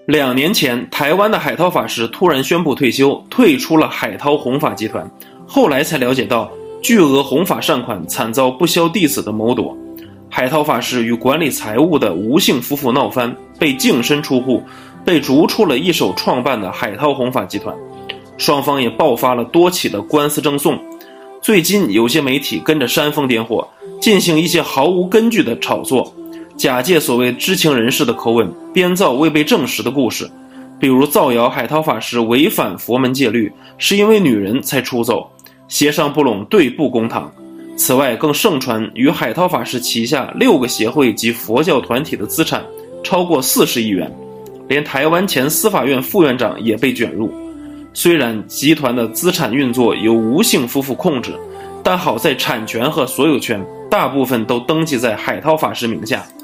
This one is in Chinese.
2年前，台湾的海涛法师突然宣布退休，退出了海涛弘法集团。后来才了解到，巨额弘法善款惨遭不肖弟子的谋夺。海涛法师与管理财务的吴姓夫妇闹翻，被净身出户，被逐出了一手创办的海涛弘法集团。双方也爆发了多起的官司争讼。最近有些媒体跟着煽风点火，进行一些毫无根据的炒作，假借所谓知情人士的口吻，编造未被证实的故事，比如造谣海涛法师违反佛门戒律，是因为女人才出走，协商不拢对簿公堂。此外，更盛传与海涛法师旗下6个协会及佛教团体的资产超过40亿元，连台湾前司法院副院长也被卷入。虽然集团的资产运作由吴姓夫妇控制，但好在产权和所有权大部分都登记在海涛法师名下。